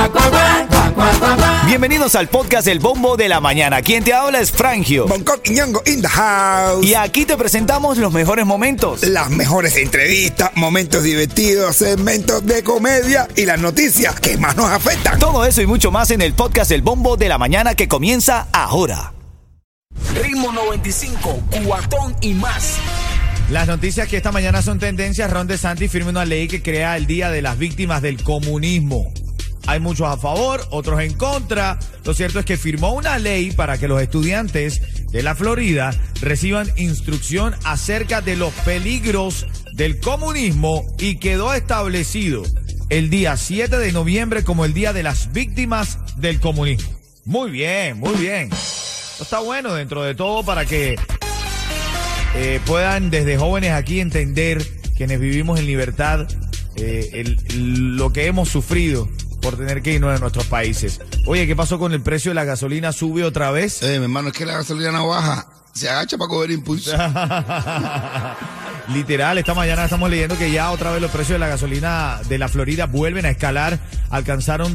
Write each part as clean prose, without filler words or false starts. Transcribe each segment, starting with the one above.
Bienvenidos al podcast El Bombo de la Mañana. Quien te habla es Frangio. Bangkok y Ñongo in the house. Y aquí te presentamos los mejores momentos. Las mejores entrevistas, momentos divertidos, segmentos de comedia y las noticias que más nos afectan. Todo eso y mucho más en el podcast El Bombo de la Mañana que comienza ahora. Ritmo 95, Cubatón y más. Las noticias que esta mañana son tendencias. Ron DeSantis firma una ley que crea el Día de las Víctimas del Comunismo. Hay muchos a favor, otros en contra. Lo cierto es que firmó una ley para que los estudiantes de la Florida reciban instrucción acerca de los peligros del comunismo y quedó establecido el día 7 de noviembre como el Día de las Víctimas del Comunismo. Muy bien, muy bien. Esto está bueno dentro de todo para que puedan desde jóvenes aquí entender, quienes vivimos en libertad, lo que hemos sufrido por tener que irnos de nuestros países. Oye, ¿qué pasó con el precio de la gasolina? ¿Sube otra vez? Mi hermano, es que la gasolina no baja. Se agacha para coger impulso. Literal, esta mañana estamos leyendo que ya otra vez los precios de la gasolina de la Florida vuelven a escalar. Alcanzaron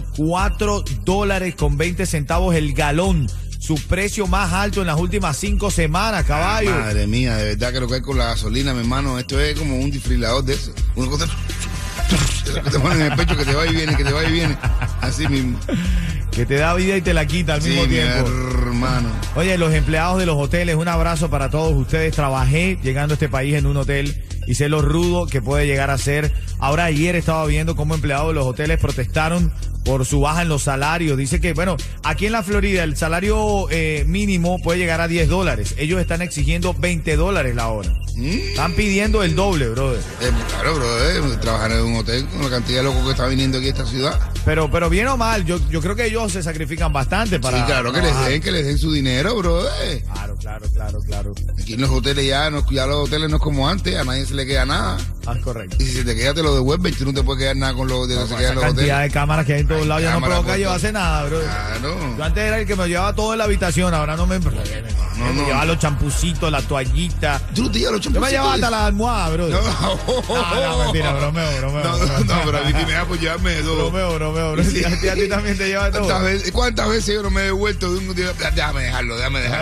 $4.20 el galón. Su precio más alto en las últimas 5 semanas, caballo. Madre mía, de verdad que lo que hay con la gasolina, mi hermano, esto es como un desfibrilador de eso. Una cosa que te ponen en el pecho, que te va y viene, que te va y viene. Así mismo. Que te da vida y te la quita al mismo tiempo. Hermano. Oye, los empleados de los hoteles, un abrazo para todos ustedes. Trabajé llegando a este país en un hotel y sé lo rudo que puede llegar a ser. Ahora ayer estaba viendo cómo empleados de los hoteles protestaron por su baja en los salarios. Dice que, bueno, aquí en la Florida el salario mínimo puede llegar a $10. Ellos están exigiendo $20 la hora. Están pidiendo el doble, brother. Claro, brother, trabajar en un hotel con la cantidad de locos que está viniendo aquí a esta ciudad. Pero bien o mal, yo creo que ellos se sacrifican bastante para... Sí, claro, que les den su dinero, brother. Claro. Aquí en los hoteles ya los hoteles no es como antes, a nadie se le queda nada. Correcto. Y si se te queda te lo devuelven, tú no te puedes quedar nada con lo de que se quedan los hoteles. Cantidad de cámaras que hay en todos lados ya no provoca llevarse nada, bro. Claro. Yo antes era el que me llevaba todo en la habitación, ahora no me... me llevaba los champucitos, la toallita. ¿Tú no te llevas los champucitos? Yo me llevaba hasta la almohada, bro. No, mentira, bromeo. No, pero a mí me da por llevarme de todo. Bromeo. Sí. A ti también te lleva todo. ¿Cuántas veces yo no me he devuelto de un día? Déjame dejarlo.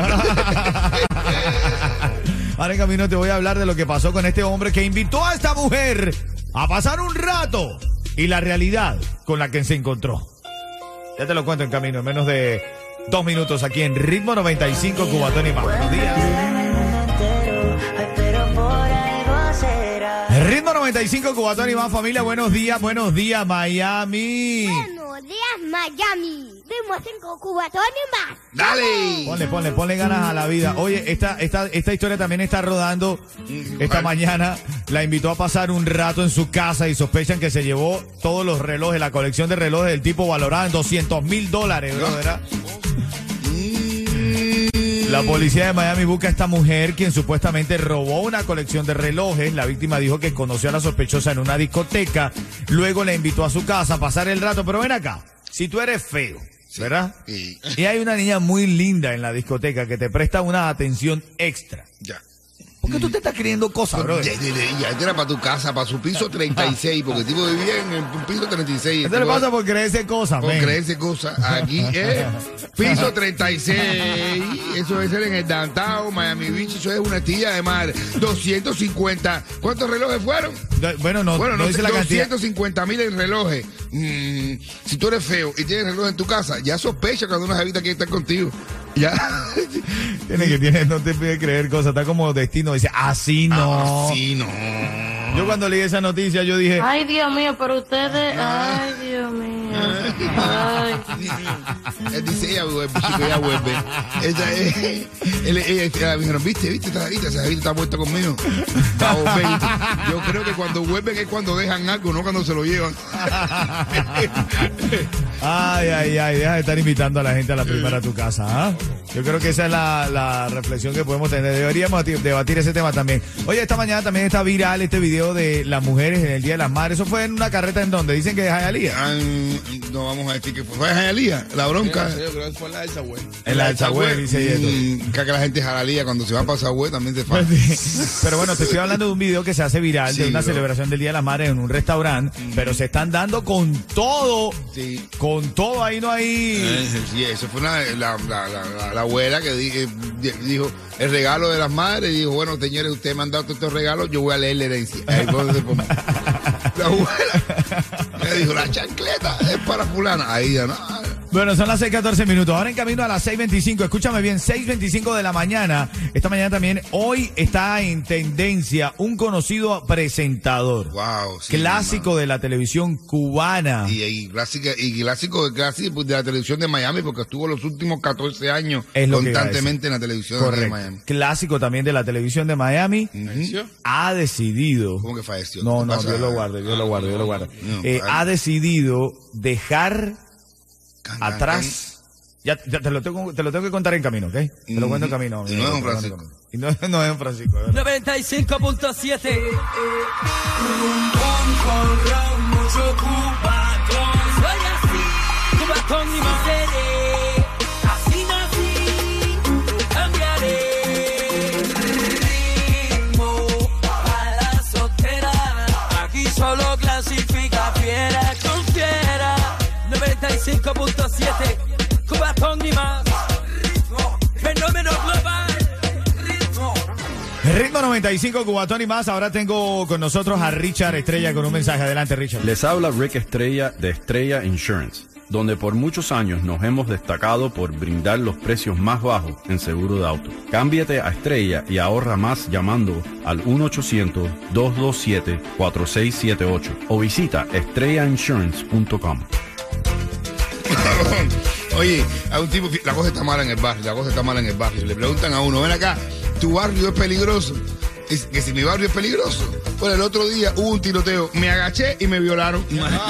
Ahora en camino te voy a hablar de lo que pasó con este hombre que invitó a esta mujer a pasar un rato y la realidad con la que se encontró. Ya te lo cuento en camino, en menos de 2 minutos aquí en Ritmo 95, Cubatón y más. Buenos días. Ritmo 95, Cubatón y más, familia. Buenos días, Miami. Buenos días, Miami. Ritmo 5, Cubatón y más. Dale. Ponle ganas a la vida. Oye, esta historia también está rodando esta mañana. La invitó a pasar un rato en su casa y sospechan que se llevó todos los relojes, la colección de relojes del tipo valorada en $200,000, bro, ¿verdad? La policía de Miami busca a esta mujer quien supuestamente robó una colección de relojes. La víctima dijo que conoció a la sospechosa en una discoteca. Luego la invitó a su casa a pasar el rato. Pero ven acá, si tú eres feo, ¿verdad? Sí. Y hay una niña muy linda en la discoteca que te presta una atención extra. Ya. ¿Por qué tú te estás creyendo cosas, bro? Ya era para tu casa, para su piso 36, porque el tipo vivía en el piso 36. ¿Qué le pasa por creerse cosas, Por men? creerse cosas. Aquí es piso 36. Eso debe ser en el downtown, Miami Beach. Eso es una estilla de mar. 250. ¿Cuántos relojes fueron? Bueno, no dice la cantidad. 250,000 en relojes. Si tú eres feo y tienes reloj en tu casa, ya sospecha cuando una jevita quiere estar contigo. Ya. No te pide creer cosas. Está como destino. Dice, así no. Así no. Yo cuando leí esa noticia, yo dije... Ay, Dios mío, pero ustedes... Ay, Dios mío. Ay. Él dice, ella vuelve, chico, ella vuelve. Ella me dijeron, ¿viste? Esa jevita está vuelta conmigo. Va a volver. Yo creo que cuando vuelven es cuando dejan algo, no cuando se lo llevan. Ay, deja de estar invitando a la gente a la primera a tu casa, ¿ah? Yo creo que esa es la reflexión que podemos tener. Deberíamos debatir ese tema también. Oye, esta mañana también está viral este video de las mujeres en el Día de las Madres. ¿Eso fue en una carreta en donde? Dicen que es Hialeah. No vamos a decir que fue Jalía, la bronca. Yo creo que fue la del Sagüey. En la del Sagüey, dice Yeto. Que la gente jalía cuando se va para Sagüey también se fa. Pero bueno, te estoy hablando de un video que se hace viral de una celebración del Día de las Madres en un restaurante, pero se están dando con todo. Sí. Con todo, ahí no hay... Sí, eso fue la abuela que dijo el regalo de las madres y dijo, bueno, señores, ustedes me han dado todos estos regalos, yo voy a leer la herencia. Ahí fue donde la abuela me dijo, la chancleta es para fulana. Ahí ya no. Bueno, son las 6:14 minutos. Ahora en camino a las 6:25. Escúchame bien, 6:25 de la mañana. Esta mañana también, hoy está en tendencia un conocido presentador. Wow, sí, clásico de la televisión cubana. Y clásico de la televisión de Miami, porque estuvo los últimos 14 años Es lo constantemente en la televisión de Miami. Clásico también de la televisión de Miami. Ha decidido... ¿Cómo que falleció? No, Dios lo guarde. Ha decidido dejar atrás. Ya te lo tengo que contar en camino, ¿ok? Te lo cuento en camino. Y no es un Francisco. Y no es un Francisco. 95.7. Con mucho cubatón. Soy así, cubatón y más seré. Así nací, cambiaré. Ritmo a la soltera. Aquí solo clasifica fiera con fiera. 95.7, Cubatón y más. Fenómeno global. Ritmo 95, Cubatón y más. Ahora tengo con nosotros a Richard Estrella con un mensaje. Adelante, Richard. Les habla Rick Estrella de Estrella Insurance, donde por muchos años nos hemos destacado por brindar los precios más bajos en seguro de auto. Cámbiate a Estrella y ahorra más llamando al 1-800-227-4678 o visita estrellainsurance.com. Oye, a un tipo, la cosa está mala en el barrio, le preguntan a uno, ven acá, ¿tu barrio es peligroso? Es que si mi barrio es peligroso, pues el otro día hubo un tiroteo, me agaché y me violaron.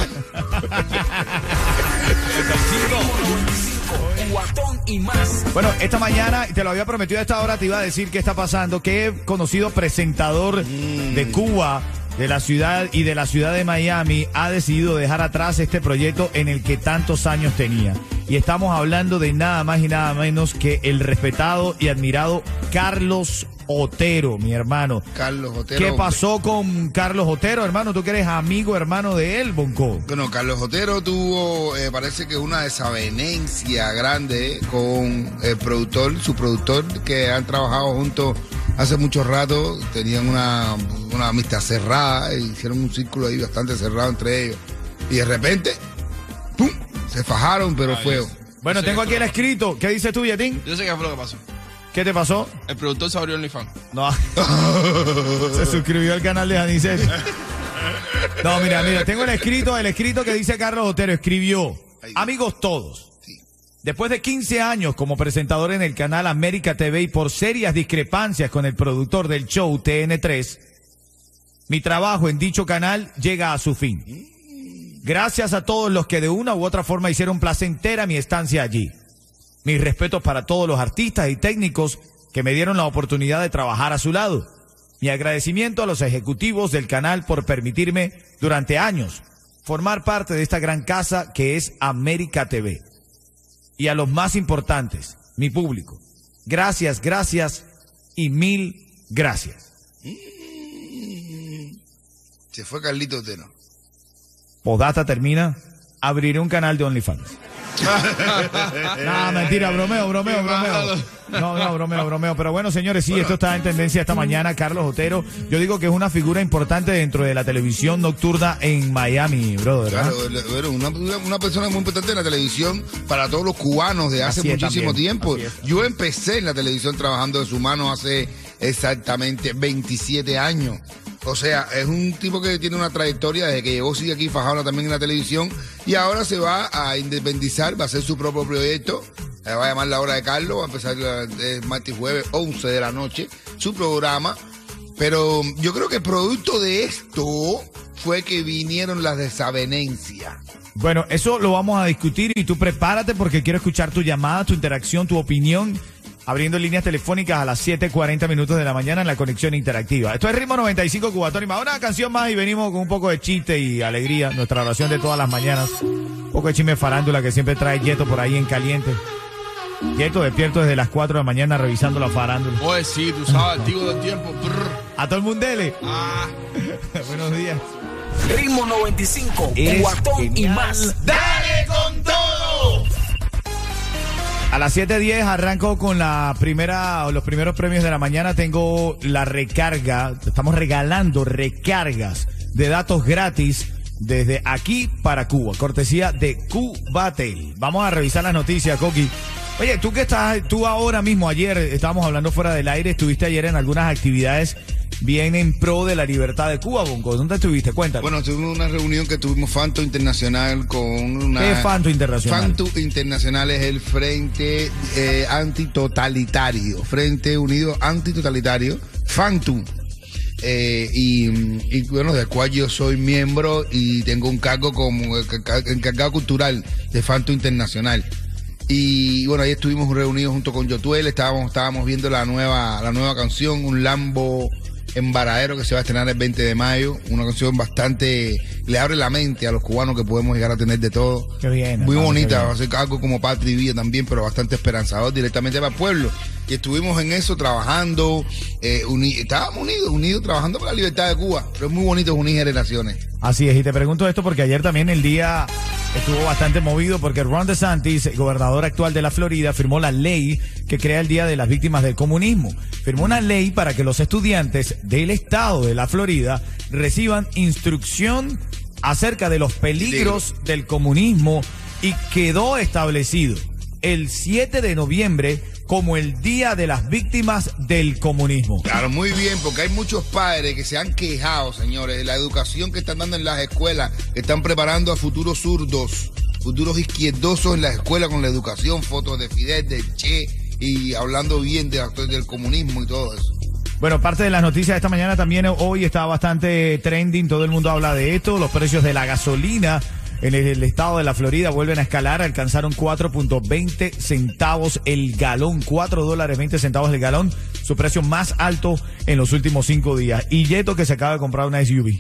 Cubatón y más. Bueno, esta mañana, te lo había prometido a esta hora, te iba a decir qué está pasando, que conocido presentador de Cuba, de la ciudad y de la ciudad de Miami, ha decidido dejar atrás este proyecto en el que tantos años tenía. Y estamos hablando de nada más y nada menos que el respetado y admirado Carlos Otero, mi hermano. Carlos Otero. ¿Qué pasó con Carlos Otero, hermano? Tú que eres amigo, hermano de él, Bonco. Bueno, Carlos Otero tuvo, parece que una desavenencia grande con el productor, su productor, que han trabajado juntos hace mucho rato, tenían una amistad cerrada, hicieron un círculo ahí bastante cerrado entre ellos. Y de repente, ¡pum!, se fajaron, pero feo. Bueno, tengo aquí el escrito. ¿Qué dices tú, Yatín? Yo sé qué fue lo que pasó. ¿Qué te pasó? El productor se abrió OnlyFans. No. Se suscribió al canal de Anicet. No, mira, tengo el escrito que dice Carlos Otero. Escribió: amigos todos. Después de 15 años como presentador en el canal América TV y por serias discrepancias con el productor del show TN3, mi trabajo en dicho canal llega a su fin. Gracias a todos los que de una u otra forma hicieron placentera mi estancia allí. Mis respetos para todos los artistas y técnicos que me dieron la oportunidad de trabajar a su lado. Mi agradecimiento a los ejecutivos del canal por permitirme durante años formar parte de esta gran casa que es América TV. Y a los más importantes, mi público. Gracias y mil gracias. Se fue Carlito Otero. Podata termina, abriré un canal de OnlyFans. No, mentira, bromeo. No, bromeo. Pero bueno, señores, sí, esto está en tendencia esta mañana. Carlos Otero, yo digo que es una figura importante dentro de la televisión nocturna en Miami, brother. Claro, una persona muy importante en la televisión para todos los cubanos de hace muchísimo tiempo. Yo empecé en la televisión trabajando de su mano hace exactamente 27 años. O sea, es un tipo que tiene una trayectoria desde que llegó, sigue aquí fajado también en la televisión y ahora se va a independizar, va a hacer su propio proyecto, va a llamar La Hora de Carlos, va a empezar el martes y jueves 11 de la noche, su programa, pero yo creo que producto de esto fue que vinieron las desavenencias. Bueno, eso lo vamos a discutir y tú prepárate porque quiero escuchar tu llamada, tu interacción, tu opinión. abriendo líneas telefónicas a las 7:40 minutos de la mañana en la conexión interactiva. Esto es Ritmo 95 Cubatón y más. Una canción más y venimos con un poco de chiste y alegría. Nuestra oración de todas las mañanas. Un poco de chisme farándula que siempre trae Yeto por ahí en caliente. Yeto despierto desde las 4 de la mañana revisando la farándula. Oye, sí, tú sabes, activo del tiempo. Brr. A todo el mundele. Ah. Buenos días. Ritmo 95, Eres Cubatón y genial. más. ¡Dale con todo! A las 7:10 arranco con los primeros premios de la mañana. Tengo la recarga. Estamos regalando recargas de datos gratis desde aquí para Cuba, cortesía de Cubatel. Vamos a revisar las noticias, Coqui. Oye, tú ahora mismo, ayer estábamos hablando fuera del aire, estuviste ayer en algunas actividades bien en pro de la libertad de Cuba, Bonco. ¿Dónde estuviste? Cuéntanos. Bueno, tuvimos una reunión que tuvimos Fanto Internacional con una... ¿Qué es Fanto Internacional? Fanto Internacional es el Frente Antitotalitario, Frente Unido Antitotalitario, Fanto. Y bueno, del cual yo soy miembro y tengo un cargo como encargado cultural de Fanto Internacional. Y bueno, ahí estuvimos reunidos junto con Yotuel, estábamos viendo la nueva canción, un Lambo en Varadero que se va a estrenar el 20 de mayo, una canción bastante, le abre la mente a los cubanos que podemos llegar a tener de todo. Qué bien. Muy hermano, bonita, qué bien. va a ser algo como Patria y Vida también, pero bastante esperanzador directamente para el pueblo. Y estuvimos en eso trabajando, estábamos unidos trabajando por la libertad de Cuba, pero es muy bonito unir generaciones. Así es, y te pregunto esto porque ayer también el día estuvo bastante movido porque Ron DeSantis, el gobernador actual de la Florida, firmó la ley que crea el Día de las Víctimas del Comunismo. Firmó una ley para que los estudiantes del estado de la Florida reciban instrucción acerca de los peligros del comunismo y quedó establecido el 7 de noviembre como el Día de las Víctimas del Comunismo. Claro, muy bien, porque hay muchos padres que se han quejado, señores, de la educación que están dando en las escuelas, que están preparando a futuros zurdos, futuros izquierdosos en las escuelas con la educación, fotos de Fidel, de Che, y hablando bien del comunismo y todo eso. Bueno, parte de las noticias de esta mañana también hoy está bastante trending, todo el mundo habla de esto, los precios de la gasolina en el estado de la Florida vuelven a escalar, alcanzaron 4.20 centavos el galón, $4.20 el galón, su precio más alto en los últimos 5 días. Y Yeto que se acaba de comprar una SUV.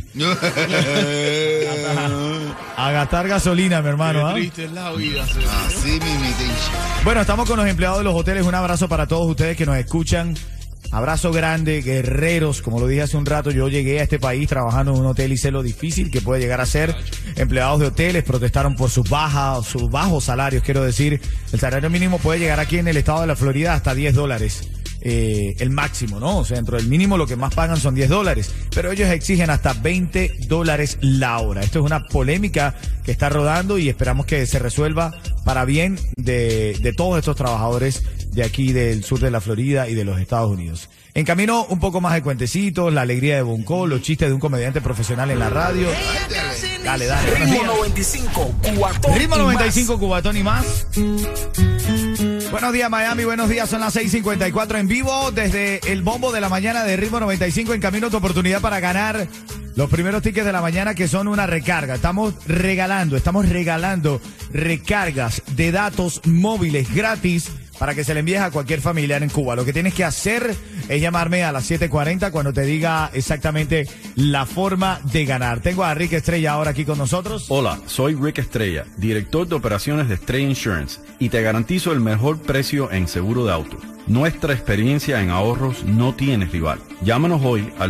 A gastar gasolina, mi hermano. Qué triste es la vida. Sí. Así mismo. Bueno, estamos con los empleados de los hoteles, un abrazo para todos ustedes que nos escuchan. Abrazo grande, guerreros. Como lo dije hace un rato, yo llegué a este país trabajando en un hotel y sé lo difícil que puede llegar a ser. Empleados de hoteles protestaron por sus bajos salarios, quiero decir. El salario mínimo puede llegar aquí en el estado de la Florida hasta $10. El máximo, ¿no? O sea, dentro del mínimo lo que más pagan son $10. Pero ellos exigen hasta $20 la hora. Esto es una polémica que está rodando y esperamos que se resuelva para bien de todos estos trabajadores de aquí del sur de la Florida y de los Estados Unidos. En camino, un poco más de cuentecitos, la alegría de Bonco, los chistes de un comediante profesional en la radio. Dale. Ritmo 95, Cubatón Ritmo y 95, Cubatón y más. Buenos días, Miami, buenos días, son las 6:54 en vivo desde el bombo de la mañana de Ritmo 95. En camino tu oportunidad para ganar los primeros tickets de la mañana que son una recarga. Estamos regalando recargas de datos móviles gratis para que se le envíes a cualquier familiar en Cuba. Lo que tienes que hacer es llamarme a las 7:40 cuando te diga exactamente la forma de ganar. Tengo a Rick Estrella ahora aquí con nosotros. Hola, soy Rick Estrella, director de operaciones de Estrella Insurance, y te garantizo el mejor precio en seguro de auto. Nuestra experiencia en ahorros no tiene rival. Llámanos hoy al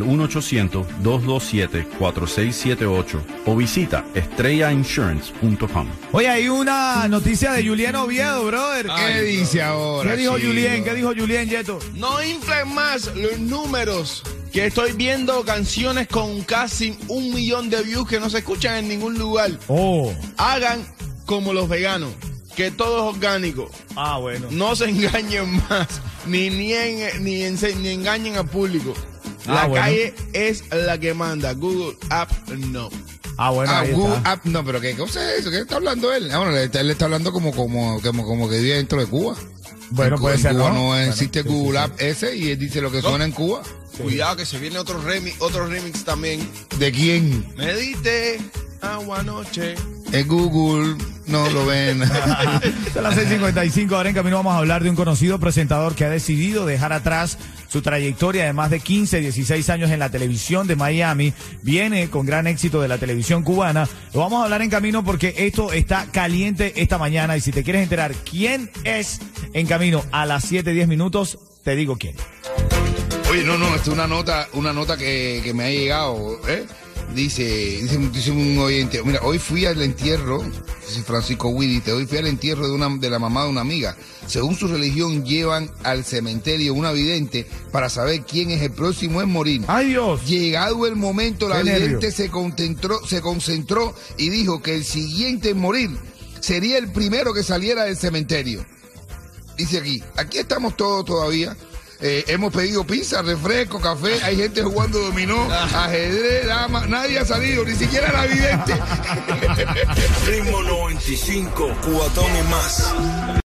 1-800-227-4678 o visita estrellainsurance.com. Oye, hay una noticia de Julián Oviedo, brother. ¿Qué dice ahora? ¿Qué dijo chico? Julián? ¿Qué dijo Julián, Yeto? No inflen más los números, que estoy viendo canciones con casi 1 millón de views que no se escuchan en ningún lugar. Oh. Hagan como los veganos, que todo es orgánico. Ah, bueno. No se engañen más, ni engañen al público. La bueno. calle es la que manda. Google App no. Ah, bueno, ahí Google está. App, no, pero ¿qué cosa es eso? ¿Qué está hablando él? Ah, bueno, él está hablando como que vive dentro de Cuba. Bueno, puede ser, En Cuba ¿no? no existe Bueno, Google sí, App ese y él dice lo que suena en Cuba. Cuidado que se viene otro remix también. ¿De quién? Medite agua noche. El Google no lo ven. Son las 6:55. Ahora en camino vamos a hablar de un conocido presentador que ha decidido dejar atrás su trayectoria de más de 15, 16 años en la televisión de Miami. Viene con gran éxito de la televisión cubana. Lo vamos a hablar en camino porque esto está caliente esta mañana. Y si te quieres enterar quién es, en camino a las 7:10 minutos, te digo quién. Oye, no, esta es una nota que me ha llegado, ¿eh? Dice un oyente, mira, hoy fui al entierro, dice Francisco Witt, hoy fui al entierro de la mamá de una amiga. Según su religión, llevan al cementerio una vidente para saber quién es el próximo en morir. ¡Ay, Dios! Llegado el momento, la vidente se concentró y dijo que el siguiente en morir sería el primero que saliera del cementerio. Dice aquí estamos todos todavía. Hemos pedido pizza, refresco, café, hay gente jugando dominó, ajedrez, dama, nadie ha salido, ni siquiera la vidente. Ritmo 95, cubatón y más.